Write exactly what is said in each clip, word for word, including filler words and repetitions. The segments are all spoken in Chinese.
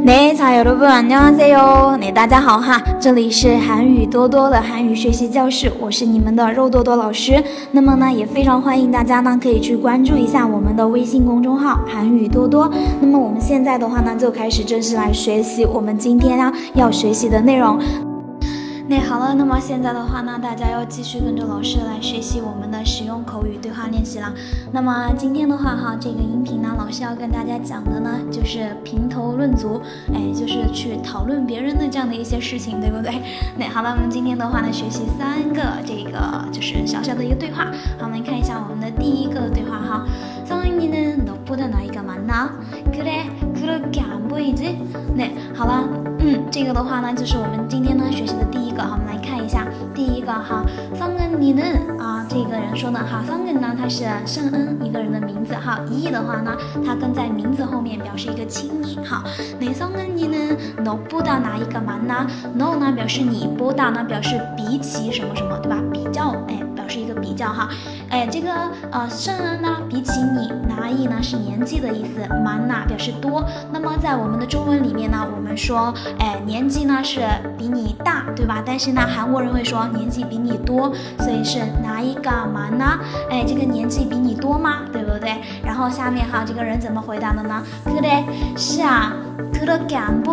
네， 자 여러분 안녕하세요。네， 大家好哈，这里是韩语多多的韩语学习教室，我是你们的肉多多老师。那么呢，也非常欢迎大家呢可以去关注一下我们的微信公众号韩语多多。那么我们现在的话呢，就开始正式来学习我们今天呢要学习的内容。那好了，那么现在的话呢，大家要继续跟着老师来学习我们的实用口语对话练习了。那么今天的话哈，这个音频呢，老师要跟大家讲的呢，就是评头论足，哎，就是去讨论别人的这样的一些事情，对不对？那好了，我们今天的话呢，学习三个这个就是小小的一个对话。好，我们看一下我们的第一个对话哈。성은이는 너보다 나이가 많나? 그래, 그렇게 안 보이지? 네，好了，嗯，这个的话呢，就是我们今天呢学习的第一个。好，我们来看一下第一个哈，성은이는啊，这个人说的哈，성은呢，它是圣恩一个人的名字哈，이的话呢，它跟在名字后面表示一个亲昵哈。那성은이는 너보다 나이가 많나? no 呢表示你，보다呢表示比起什么什么，对吧？比较，哎，表示一个比较哈。哎，这个呃圣恩呢，比起你，나이呢是年纪的意思，많나表示多。那么在我们的中文里面呢，我们说，哎，年纪呢是比你大，对吧？但是呢，韩国人会说年纪比你多，所以是나이가 많나？哎，这个年纪比你多吗？对不对？然后下面哈，这个人怎么回答的呢？그래，是啊。그렇게 안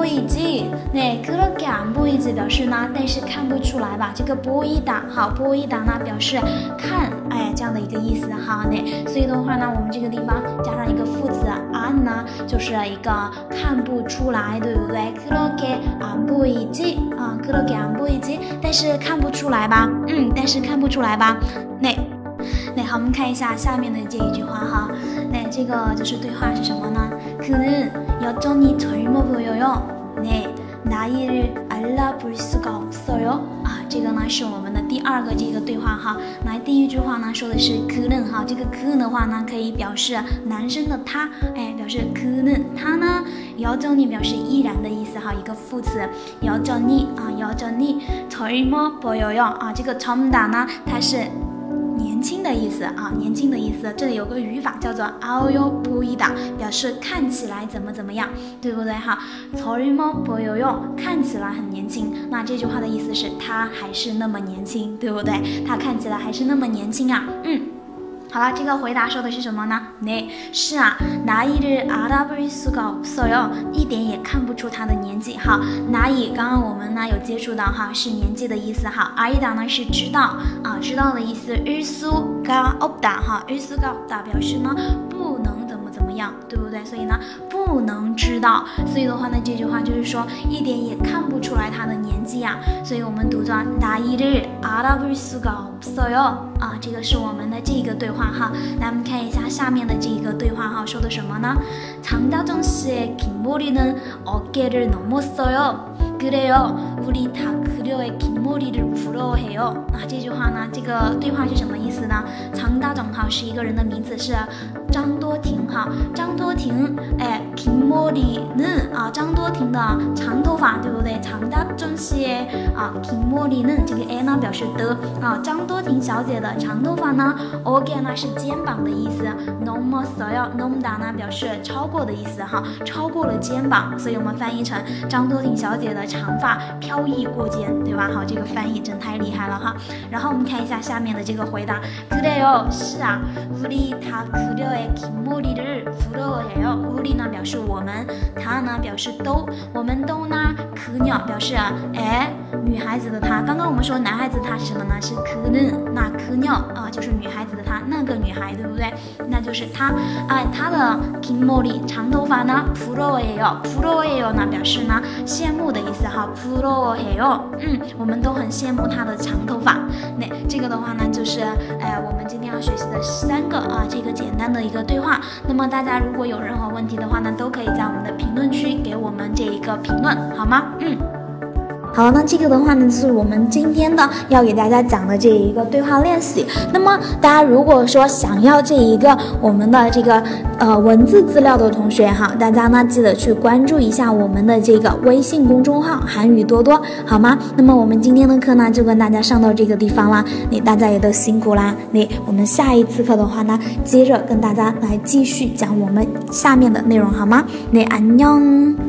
보이지？네，그렇게 안 보이지表示呢，但是看不出来吧？这个보이다，好，보이다呢表示看，哎，这样的一个意思哈。네，所以的话呢，我们这个地方加上一个副词안呢，就是一个看不出来，对不对？그렇게 안 보이지啊，그렇게 안 보이지，但是看不出来吧？嗯，但是看不出来吧？네。那好，我们看一下下面的这一句话哈。那这个就是对话是什么呢？그는 여전히 젊어 보여요. 네, 나이를 알아볼 수가 없어요. 啊，这个呢是我们的第二个这个对话哈。那第一句话呢说的是그는哈，这个그는的话呢可以表示男生的他，哎，表示그는他呢，여전히表示依然的意思哈，一个副词여전히啊，여전히 젊어 보여요啊，这个젊다呢它是年轻的意思啊，年轻的意思，这里有个语法叫做어려 보이다，表示看起来怎么怎么样，对不对哈？젊어 보여요，看起来很年轻。那这句话的意思是他还是那么年轻，对不对？他看起来还是那么年轻啊，嗯。好了，这个回答说的是什么呢？네，是啊，나이를 알아볼 수가 없어요，一点也看不出他的年纪哈。나이刚刚我们呢有接触到哈，是年纪的意思哈。알다呢是知道啊，知道的意思。알 수가 없다哈，알 수가 없다表示呢不能怎么怎么样，对不对？所以呢不能知道，所以的话呢这句话就是说一点也看不出来他的年纪啊。所以我们读作나이를 알아볼 수가 없어요啊，这个是我们的这个对话哈。来，我们看一下下面的这个对话哈，说的什么呢？장다정 씨의 긴 머리는 어깨를 넘었어요. 그래요. 우리 다 그녀의 긴 머리를 부러워해요. 啊，这句话呢，这个对话是什么意思呢？장다정哈是一个人的名字，是张多婷哈。张多婷，哎，긴 머리는啊，张多婷的长头发，对不对？장다정 씨의啊，긴 머리는这个 a 呢表示的啊，张多婷小姐的长头发呢 어깨呢是肩膀的意思 넘었어요 넘다呢表示超过的意思哈，超过了肩膀，所以我们翻译成张多婷小姐的长发飘逸过肩，对吧？好，这个翻译真太厉害了哈。然后我们看一下下面的这个回答，그래요，是啊，우리 다 그녀의 긴 머리를 부러워해요。우리呢表示我们，他呢表示都，我们都呢，그녀表示哎女孩子的她。刚刚我们说男孩子他是什么呢？是그는，那그녀啊就是女孩子的她，那个女孩，对不对？那就是她，哎，她的긴 머리长头发呢，부러워해요，부러워해요呢表示呢羡慕的意思哈，부러워해요，嗯，我们都很羡慕她的长头发。那这个的话呢，就是哎我们今天要学习的三个啊这个简单的一个对话。那么大家如果有任何问题的话呢，都可以在我们的评论区给我们这一个评论，好吗？嗯。好，那这个的话呢，就是我们今天的要给大家讲的这一个对话练习。那么大家如果说想要这一个我们的这个呃文字资料的同学哈，大家呢记得去关注一下我们的这个微信公众号韩语多多，好吗？那么我们今天的课呢就跟大家上到这个地方啦，那大家也都辛苦啦。那我们下一次课的话呢，接着跟大家来继续讲我们下面的内容，好吗？那안녕。